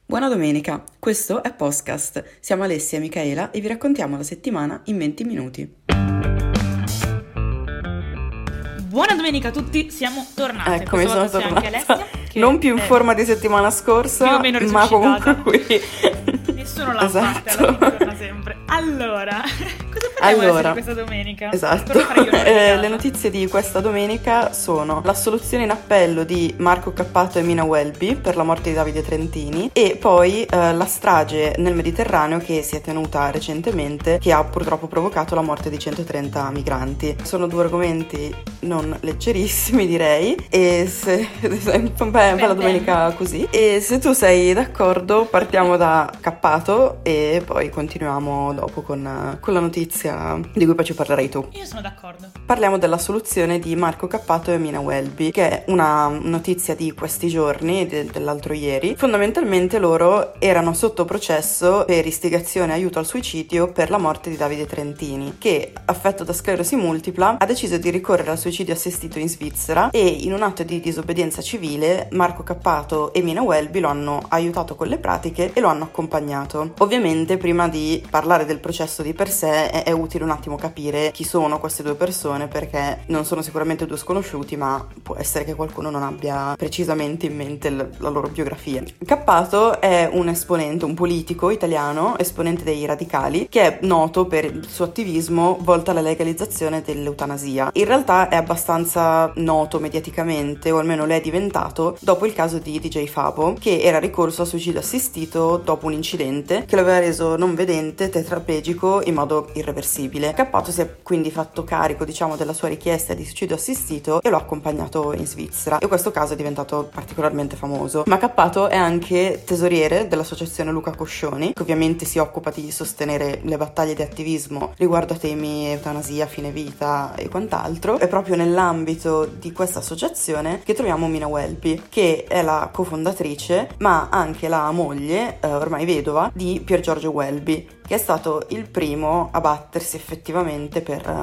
Buona domenica, questo è Podcast. Siamo Alessia e Micaela e vi raccontiamo la settimana in 20 minuti. Buona domenica a tutti, siamo tornate. Eccomi, sono tornata. tornata. Anche Alessia, che non più in forma di settimana scorsa, più o meno ma comunque qui. Nessuno l'ha fatta, alla fine torna sempre. Allora, cosa parliamo questa domenica? Esatto. Le notizie di questa domenica sono l'assoluzione in appello di Marco Cappato e Mina Welby per la morte di Davide Trentini e poi la strage nel Mediterraneo che si è tenuta recentemente, che ha purtroppo provocato la morte di 130 migranti. Sono due argomenti non leggerissimi, direi, e se bella domenica così. E se tu sei d'accordo partiamo da Cappato e poi continuiamo dopo con la notizia di cui poi ci parlerai tu. Io sono d'accordo. Parliamo della soluzione di Marco Cappato e Mina Welby, che è una notizia di questi giorni, dell'altro ieri. Fondamentalmente loro erano sotto processo per istigazione e aiuto al suicidio per la morte di Davide Trentini, che, affetto da sclerosi multipla, ha deciso di ricorrere al suicidio assistito in Svizzera e in un atto di disobbedienza civile Marco Cappato e Mina Welby lo hanno aiutato con le pratiche e lo hanno accompagnato. Ovviamente prima di parlare del processo di per sé è utile un attimo capire chi sono queste due persone, perché non sono sicuramente due sconosciuti, ma può essere che qualcuno non abbia precisamente in mente la loro biografia. Cappato è un esponente, un politico italiano, esponente dei radicali, che è noto per il suo attivismo volto alla legalizzazione dell'eutanasia. In realtà è abbastanza noto mediaticamente, o almeno lo è diventato, dopo il caso di DJ Fabo, che era ricorso a suicidio assistito dopo un incidente che lo aveva reso non vedente, tetraplegico in modo irreversibile. Cappato si è quindi fatto carico, della sua richiesta di suicidio assistito e lo ha accompagnato in Svizzera, e questo caso è diventato particolarmente famoso. Ma Cappato è anche tesoriere dell'associazione Luca Coscioni, che ovviamente si occupa di sostenere le battaglie di attivismo riguardo a temi eutanasia, fine vita e quant'altro. È proprio nell'ambito di questa associazione che troviamo Mina Welby, che è la cofondatrice ma anche la moglie, ormai vedova, di Pier Giorgio Welby, che è stato il primo a battersi effettivamente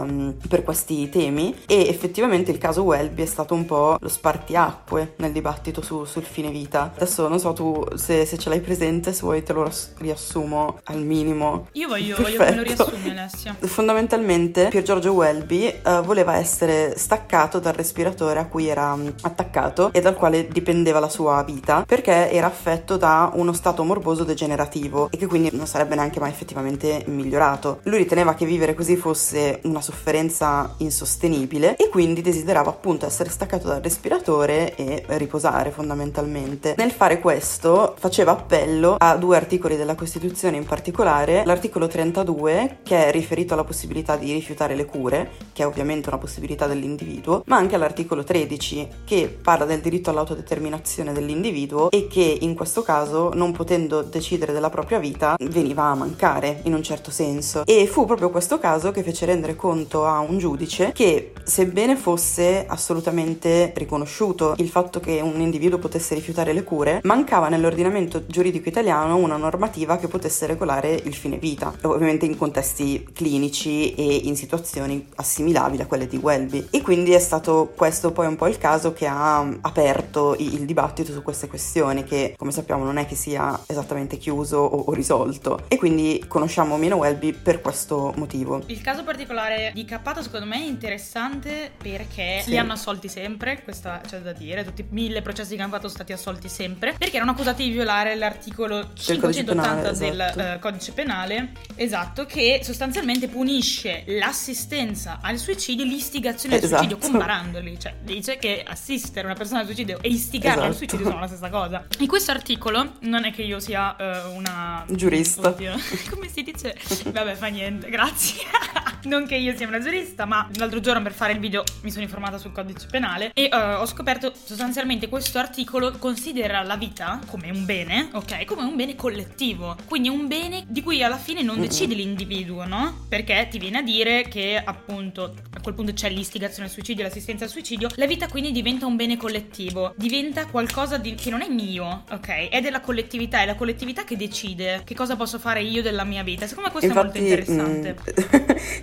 per questi temi, e effettivamente il caso Welby è stato un po' lo spartiacque nel dibattito sul fine vita. Adesso non so tu se ce l'hai presente, se vuoi te lo riassumo al minimo. Io voglio che me lo riassumi, Alessia. Fondamentalmente Pier Giorgio Welby voleva essere staccato dal respiratore a cui era attaccato e dal quale dipendeva la sua vita, perché era affetto da uno stato morboso degenerativo e che quindi non sarebbe neanche mai effettivamente migliorato. Lui riteneva che vivere così fosse una sofferenza insostenibile e quindi desiderava appunto essere staccato dal respiratore e riposare, fondamentalmente. Nel fare questo faceva appello a due articoli della Costituzione, in particolare l'articolo 32, che è riferito alla possibilità di rifiutare le cure, che è ovviamente una possibilità dell'individuo, ma anche all'articolo 13, che parla del diritto all'autodeterminazione dell'individuo e che in questo caso, non potendo decidere della propria vita, veniva a mancare in un certo senso. E fu proprio questo caso che fece rendere conto a un giudice che, sebbene fosse assolutamente riconosciuto il fatto che un individuo potesse rifiutare le cure, mancava nell'ordinamento giuridico italiano una normativa che potesse regolare il fine vita, ovviamente in contesti clinici e in situazioni assimilabili a quelle di Welby. E quindi è stato questo poi un po' il caso che ha aperto il dibattito su queste questioni, che come sappiamo non è che sia esattamente chiuso o risolto, e quindi conosciamo Mina Welby per questo motivo. Il caso particolare di Cappato secondo me è interessante perché li hanno assolti sempre, questo c'è da dire, tutti 1000 processi che hanno fatto sono stati assolti sempre perché erano accusati di violare l'articolo 580 del codice penale, esatto, che sostanzialmente punisce l'assistenza al suicidio e l'istigazione al suicidio, comparandoli, cioè dice che assistere una persona al suicidio e istigarla al suicidio sono la stessa cosa. In questo articolo, non è che io sia una giurista, oddio, come si dice? Vabbè, fa niente, grazie. Non che io sia una giurista, ma l'altro giorno per fare il video mi sono informata sul codice penale e ho scoperto sostanzialmente questo articolo considera la vita come un bene, ok? Come un bene collettivo, quindi un bene di cui alla fine non decide l'individuo, no? Perché ti viene a dire che appunto a quel punto c'è l'istigazione al suicidio, l'assistenza al suicidio, la vita quindi diventa un bene collettivo, diventa qualcosa che non è mio, ok? È della collettività, è la collettività che decide che cosa posso fare io della mia vita. Secondo me questo è molto interessante.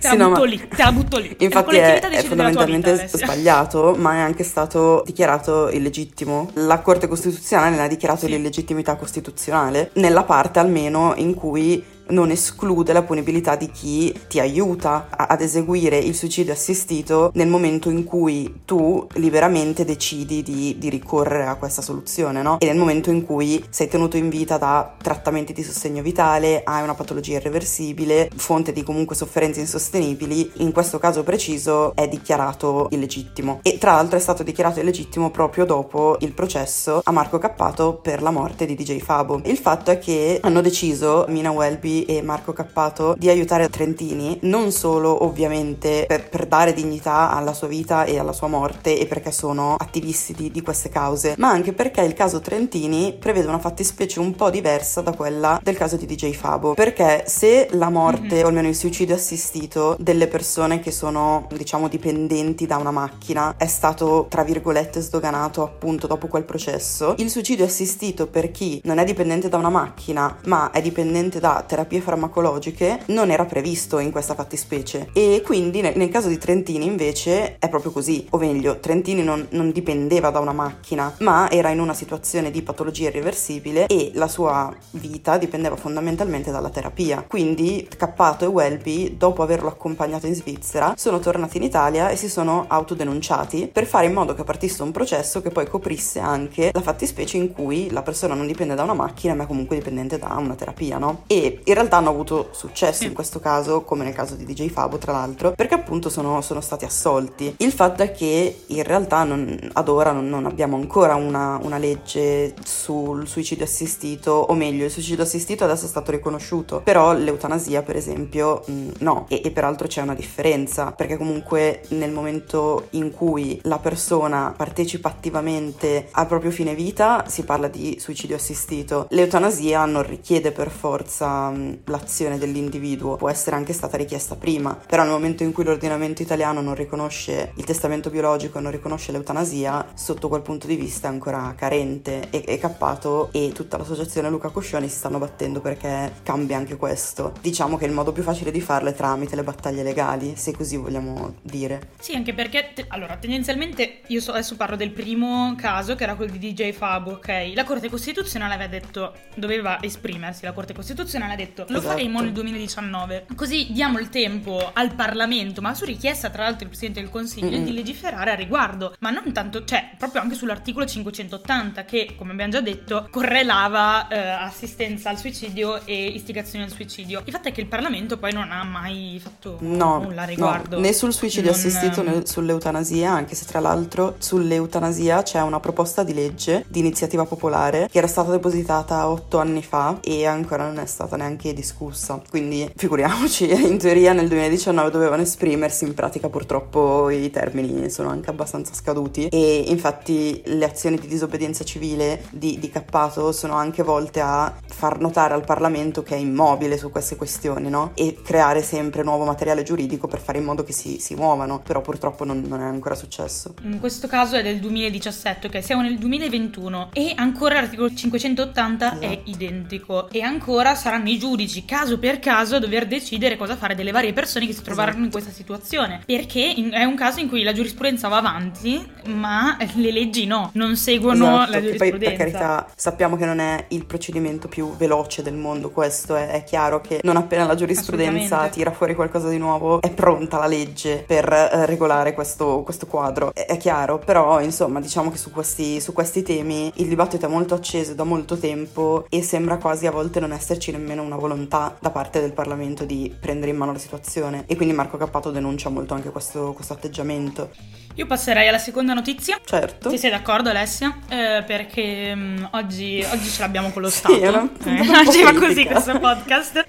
la butto lì, te la butto lì. Infatti è fondamentalmente sbagliato, ma è anche stato dichiarato illegittimo. La Corte Costituzionale ne ha dichiarato l'illegittimità costituzionale, nella parte almeno in cui non esclude la punibilità di chi ti aiuta ad eseguire il suicidio assistito nel momento in cui tu liberamente decidi di ricorrere a questa soluzione, no? E nel momento in cui sei tenuto in vita da trattamenti di sostegno vitale, hai una patologia irreversibile, fonte di comunque sofferenze insostenibili, in questo caso preciso è dichiarato illegittimo. E tra l'altro è stato dichiarato illegittimo proprio dopo il processo a Marco Cappato per la morte di DJ Fabo. Il fatto è che hanno deciso Mina Welby e Marco Cappato di aiutare Trentini, non solo ovviamente per dare dignità alla sua vita e alla sua morte e perché sono attivisti di queste cause, ma anche perché il caso Trentini prevede una fattispecie un po' diversa da quella del caso di DJ Fabo, perché se la morte o almeno il suicidio assistito delle persone che sono, diciamo, dipendenti da una macchina è stato tra virgolette sdoganato appunto dopo quel processo, il suicidio assistito per chi non è dipendente da una macchina ma è dipendente da terapie farmacologiche non era previsto in questa fattispecie, e quindi nel caso di Trentini invece è proprio così, o meglio Trentini non dipendeva da una macchina ma era in una situazione di patologia irreversibile e la sua vita dipendeva fondamentalmente dalla terapia. Quindi Cappato e Welby, dopo averlo accompagnato in Svizzera, sono tornati in Italia e si sono autodenunciati per fare in modo che partisse un processo che poi coprisse anche la fattispecie in cui la persona non dipende da una macchina ma è comunque dipendente da una terapia, no? E in realtà hanno avuto successo in questo caso, come nel caso di DJ Fabo tra l'altro, perché appunto sono stati assolti. Il fatto è che in realtà ad ora non abbiamo ancora una legge sul suicidio assistito, o meglio il suicidio assistito adesso è stato riconosciuto, però l'eutanasia per esempio no, e peraltro c'è una differenza, perché comunque nel momento in cui la persona partecipa attivamente al proprio fine vita si parla di suicidio assistito. L'eutanasia non richiede per forza l'azione dell'individuo, può essere anche stata richiesta prima, però nel momento in cui l'ordinamento italiano non riconosce il testamento biologico e non riconosce l'eutanasia, sotto quel punto di vista è ancora carente, e Cappato e tutta l'associazione Luca Coscioni si stanno battendo perché cambia anche questo. Diciamo che il modo più facile di farlo è tramite le battaglie legali, se così vogliamo dire. Sì, anche perché allora tendenzialmente adesso parlo del primo caso, che era quello di DJ Fabo, ok? La Corte Costituzionale aveva detto, doveva esprimersi, la Corte Costituzionale ha detto lo faremo nel 2019, così diamo il tempo al Parlamento, ma su richiesta tra l'altro del Presidente del Consiglio, di legiferare a riguardo, ma non tanto, cioè proprio anche sull'articolo 580 che, come abbiamo già detto, correlava assistenza al suicidio e istigazione al suicidio. Il fatto è che il Parlamento poi non ha mai fatto nulla a riguardo, né sul suicidio assistito né sull'eutanasia, anche se tra l'altro sull'eutanasia c'è una proposta di legge di iniziativa popolare che era stata depositata 8 anni fa e ancora non è stata neanche discussa, quindi figuriamoci. In teoria nel 2019 dovevano esprimersi, in pratica purtroppo i termini sono anche abbastanza scaduti, e infatti le azioni di disobbedienza civile di Cappato sono anche volte a far notare al Parlamento che è immobile su queste questioni, no? E creare sempre nuovo materiale giuridico per fare in modo che si muovano, però purtroppo non è ancora successo. In questo caso è del 2017, ok? Siamo nel 2021 e ancora l'articolo 580 è identico, e ancora saranno i giudici caso per caso a dover decidere cosa fare delle varie persone che si trovarono in questa situazione, perché è un caso in cui la giurisprudenza va avanti ma le leggi non seguono la giurisprudenza. Poi per carità sappiamo che non è il procedimento più veloce del mondo, questo è chiaro che non appena la giurisprudenza tira fuori qualcosa di nuovo è pronta la legge per regolare questo quadro, è chiaro, però insomma diciamo che su questi temi il dibattito è molto acceso da molto tempo e sembra quasi a volte non esserci nemmeno una volontà da parte del Parlamento di prendere in mano la situazione, e quindi Marco Cappato denuncia molto anche questo atteggiamento. Io passerei alla seconda notizia. Certo. Se sei d'accordo, Alessia? Perché oggi ce l'abbiamo con lo Stato. Sì, oggi va così questo podcast.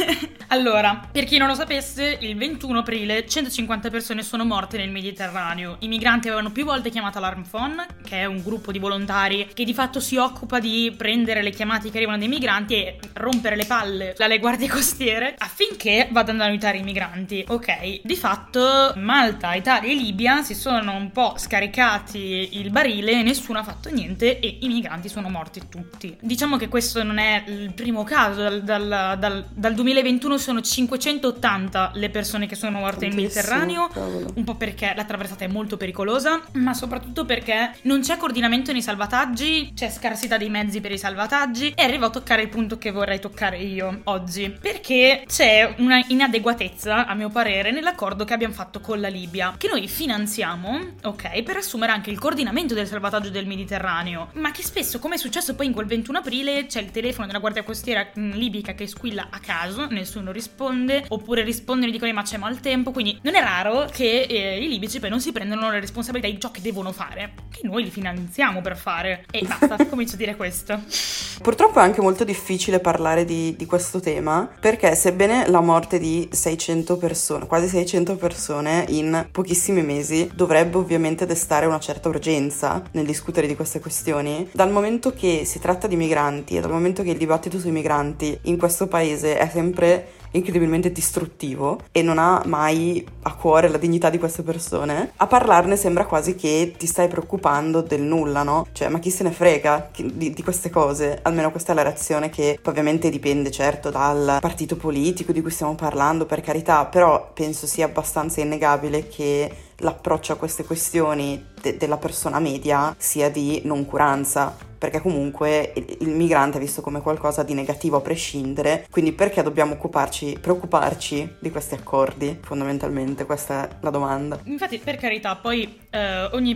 Allora, per chi non lo sapesse, il 21 aprile 150 persone sono morte nel Mediterraneo. I migranti avevano più volte chiamato Alarm Phone, che è un gruppo di volontari che di fatto si occupa di prendere le chiamate che arrivano dai migranti e rompere le palle dalle guardie costiere affinché vadano ad aiutare i migranti. Ok, di fatto Malta, Italia e Libia si sono un po' scaricati il barile e nessuno ha fatto niente e i migranti sono morti tutti. Diciamo che questo non è il primo caso, dal 2021 sono 580 le persone che sono morte nel Mediterraneo, un po' perché la traversata è molto pericolosa, ma soprattutto perché non c'è coordinamento nei salvataggi, c'è scarsità dei mezzi per i salvataggi e arrivo a toccare il punto che vorrei toccare io oggi, perché c'è una inadeguatezza, a mio parere, nell'accordo che abbiamo fatto con la Libia, che noi finanziamo, ok, per assumere anche il coordinamento del salvataggio del Mediterraneo, ma che spesso, come è successo poi in quel 21 aprile, c'è il telefono della guardia costiera libica che squilla a caso, nessuno risponde, oppure rispondono e dicono ma c'è maltempo, quindi non è raro che i libici poi non si prendono le responsabilità di ciò che devono fare, che noi li finanziamo per fare. E basta, comincio a dire questo. Purtroppo è anche molto difficile parlare di questo tema, perché sebbene la morte di 600 persone, quasi 600 persone in pochissimi mesi, dovrebbe ovviamente destare una certa urgenza nel discutere di queste questioni, dal momento che si tratta di migranti e dal momento che il dibattito sui migranti in questo paese è sempre incredibilmente distruttivo e non ha mai a cuore la dignità di queste persone, a parlarne sembra quasi che ti stai preoccupando del nulla, no? Cioè, ma chi se ne frega di queste cose? Almeno questa è la reazione, che ovviamente dipende certo dal partito politico di cui stiamo parlando, per carità, però penso sia abbastanza innegabile che l'approccio a queste questioni della persona media sia di noncuranza, perché comunque il migrante è visto come qualcosa di negativo a prescindere, quindi perché dobbiamo preoccuparci di questi accordi? Fondamentalmente questa è la domanda. Infatti, per carità, poi ogni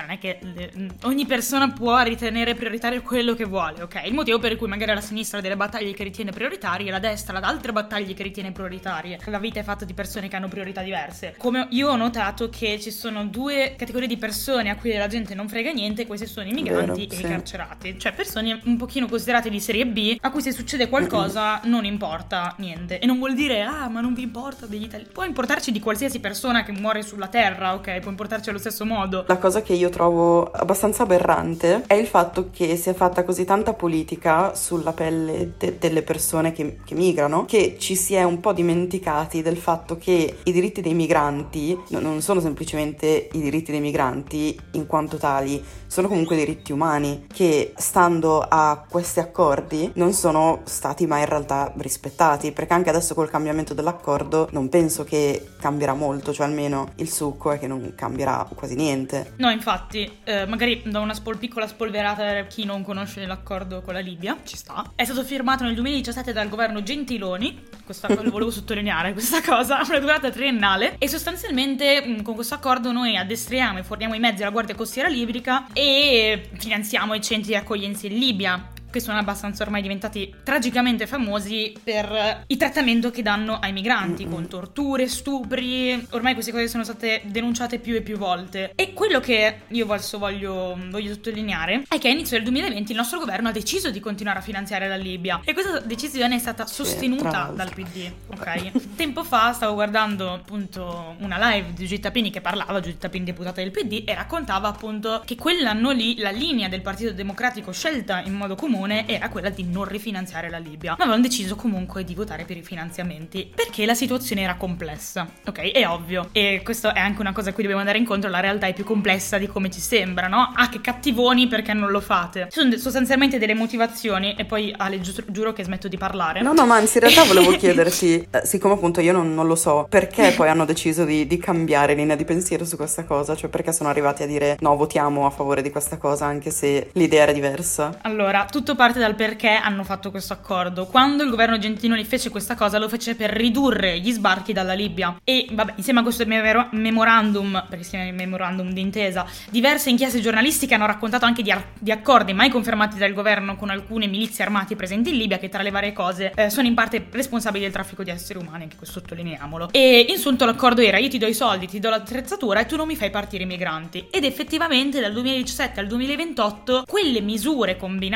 persona può ritenere prioritario quello che vuole, ok? Il motivo per cui magari la sinistra ha delle battaglie che ritiene prioritarie e la destra ha altre battaglie che ritiene prioritarie. La vita è fatta di persone che hanno priorità diverse. Come io ho notato che ci sono due categorie di persone a cui la gente non frega niente, questi sono i migranti e i carcerati, cioè persone un pochino considerate di serie B a cui se succede qualcosa non importa niente, e non vuol dire ma non vi importa degli italiani, può importarci di qualsiasi persona che muore sulla terra, ok, può importarci allo stesso modo. La cosa che io trovo abbastanza aberrante è il fatto che sia fatta così tanta politica sulla pelle delle persone che migrano, che ci si è un po' dimenticati del fatto che i diritti dei migranti non sono semplicemente i diritti dei migranti in quanto tali, sono comunque diritti umani che, stando a questi accordi, non sono stati mai in realtà rispettati, perché anche adesso col cambiamento dell'accordo non penso che cambierà molto, cioè almeno il succo è che non cambierà quasi niente. No, infatti, magari da una piccola spolverata per chi non conosce l'accordo con la Libia, ci sta. È stato firmato nel 2017 dal governo Gentiloni, lo volevo sottolineare questa cosa, una durata triennale, e sostanzialmente con questo accordo noi addestriamo e forniamo i mezzi alla Guardia Costiera Libica e finanziamo i centri di accoglienza in Libia, che sono abbastanza ormai diventati tragicamente famosi per il trattamento che danno ai migranti, con torture, stupri. Ormai queste cose sono state denunciate più e più volte. E quello che io voglio sottolineare è che a inizio del 2020 il nostro governo ha deciso di continuare a finanziare la Libia, e questa decisione è stata sostenuta dal PD, ok? Tempo fa stavo guardando appunto una live di Giuditta Pini che parlava, Giuditta Pini deputata del PD, e raccontava appunto che quell'anno lì la linea del Partito Democratico scelta in modo comune era quella di non rifinanziare la Libia, ma avevano deciso comunque di votare per i finanziamenti perché la situazione era complessa, ok? È ovvio, e questo è anche una cosa a cui dobbiamo andare incontro, la realtà è più complessa di come ci sembra, no? Che cattivoni, perché non lo fate? Ci sono sostanzialmente delle motivazioni, e poi Ale, giuro che smetto di parlare. No, ma anzi in realtà volevo chiederti, siccome appunto io non lo so, perché poi hanno deciso di cambiare linea di pensiero su questa cosa? Cioè perché sono arrivati a dire no, votiamo a favore di questa cosa anche se l'idea era diversa? Allora, tutto parte dal perché hanno fatto questo accordo. Quando il governo Gentiloni fece questa cosa, lo fece per ridurre gli sbarchi dalla Libia, e vabbè, insieme a questo memorandum, perché si chiama memorandum d'intesa, diverse inchieste giornalistiche hanno raccontato anche di accordi mai confermati dal governo con alcune milizie armate presenti in Libia, che tra le varie cose sono in parte responsabili del traffico di esseri umani, anche questo sottolineiamolo. E in sunto l'accordo era: io ti do i soldi, ti do l'attrezzatura e tu non mi fai partire i migranti. Ed effettivamente dal 2017 al 2028 quelle misure combinate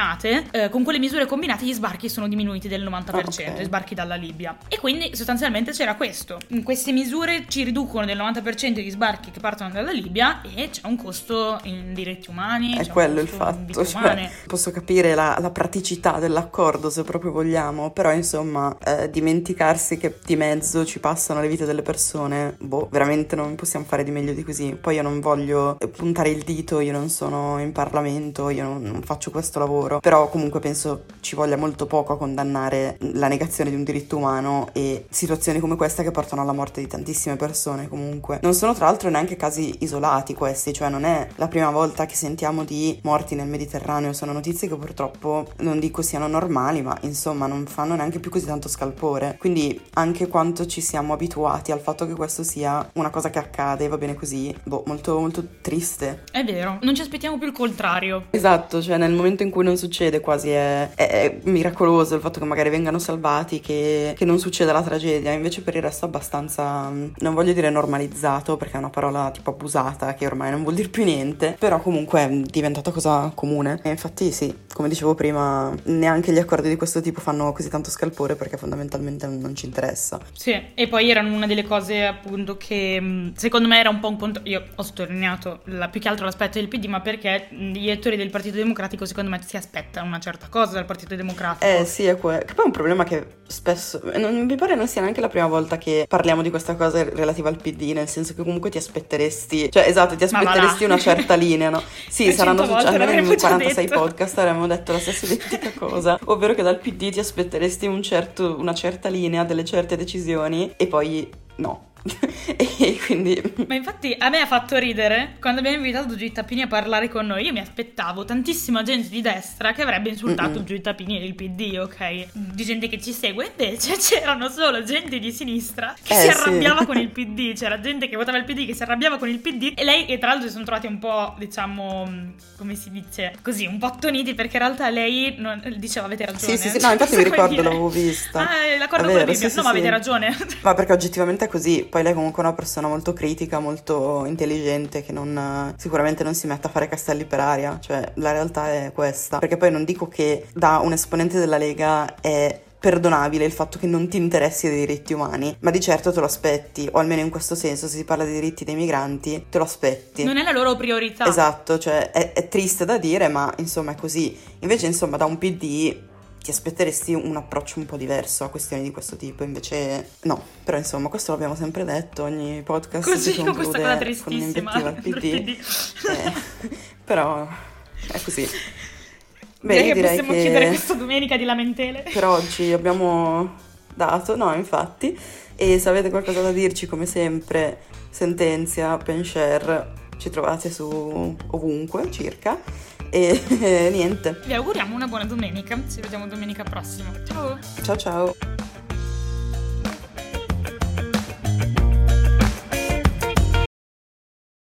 con quelle misure combinate gli sbarchi sono diminuiti del 90%, Okay. gli sbarchi dalla Libia. E quindi sostanzialmente c'era questo. Queste misure ci riducono del 90% gli sbarchi che partono dalla Libia e c'è un costo in diritti umani, È c'è quello un il costo in fatto, vite umane. posso capire la praticità dell'accordo se proprio vogliamo, però insomma dimenticarsi che di mezzo ci passano le vite delle persone, veramente non possiamo fare di meglio di così. Poi io non voglio puntare il dito, io non sono in Parlamento, io non faccio questo lavoro, però comunque penso ci voglia molto poco a condannare la negazione di un diritto umano e situazioni come questa che portano alla morte di tantissime persone. Comunque non sono tra l'altro neanche casi isolati questi, cioè non è la prima volta che sentiamo di morti nel Mediterraneo, sono notizie che purtroppo non dico siano normali, ma insomma non fanno neanche più così tanto scalpore, quindi anche quanto ci siamo abituati al fatto che questo sia una cosa che accade, va bene così, molto molto triste. È vero, non ci aspettiamo più il contrario. Esatto, cioè nel momento in cui non succede quasi è miracoloso il fatto che magari vengano salvati, che non succeda la tragedia, invece per il resto è abbastanza, non voglio dire normalizzato perché è una parola tipo abusata che ormai non vuol dire più niente, però comunque è diventata cosa comune e infatti sì, come dicevo prima, neanche gli accordi di questo tipo fanno così tanto scalpore perché fondamentalmente non ci interessa. Sì, e poi erano una delle cose appunto che secondo me era un po' un conto. Io ho sottolineato più che altro l'aspetto del PD, ma perché gli elettori del Partito Democratico secondo me si aspettano una certa cosa dal Partito Democratico. Sì, che poi è un problema che spesso, non mi pare non sia neanche la prima volta che parliamo di questa cosa relativa al PD, nel senso che comunque ti aspetteresti, cioè esatto, ti aspetteresti una certa linea, no? Sì, saranno almeno in 46 podcast avremmo detto la stessa identica cosa, ovvero che dal PD ti aspetteresti una certa linea, delle certe decisioni e poi no. E quindi ma infatti a me ha fatto ridere quando abbiamo invitato Giuditta Pini a parlare con noi. Io mi aspettavo tantissima gente di destra che avrebbe insultato Giuditta Pini e il PD, ok? Di gente che ci segue, invece c'erano solo gente di sinistra che si arrabbiava con il PD, c'era gente che votava il PD che si arrabbiava con il PD e lei, e tra l'altro si sono trovati un po', diciamo, come si dice, così, un po' attoniti perché in realtà lei diceva avete ragione. Sì, no, infatti mi ricordo, l'avevo vista. L'accordo con la Bibbia, no, ma avete ragione. Ma perché oggettivamente è così. Poi lei comunque è una persona molto critica, molto intelligente, che sicuramente non si mette a fare castelli per aria, cioè la realtà è questa. Perché poi non dico che da un esponente della Lega è perdonabile il fatto che non ti interessi dei diritti umani, ma di certo te lo aspetti, o almeno in questo senso, se si parla dei diritti dei migranti, te lo aspetti. Non è la loro priorità. Esatto, cioè è triste da dire, ma insomma è così. Invece insomma da un PD ti aspetteresti un approccio un po' diverso a questioni di questo tipo, invece no. Però insomma questo l'abbiamo sempre detto, ogni podcast così, si con questa cosa conclude con tristissima un'invettiva al PD. Però è così. Bene, direi che possiamo chiudere questa domenica di lamentele. Per oggi abbiamo dato, no infatti, e se avete qualcosa da dirci come sempre, Sentenzia, Penshare, ci trovate su ovunque circa. E niente. Vi auguriamo una buona domenica. Ci vediamo domenica prossima. Ciao. Ciao ciao.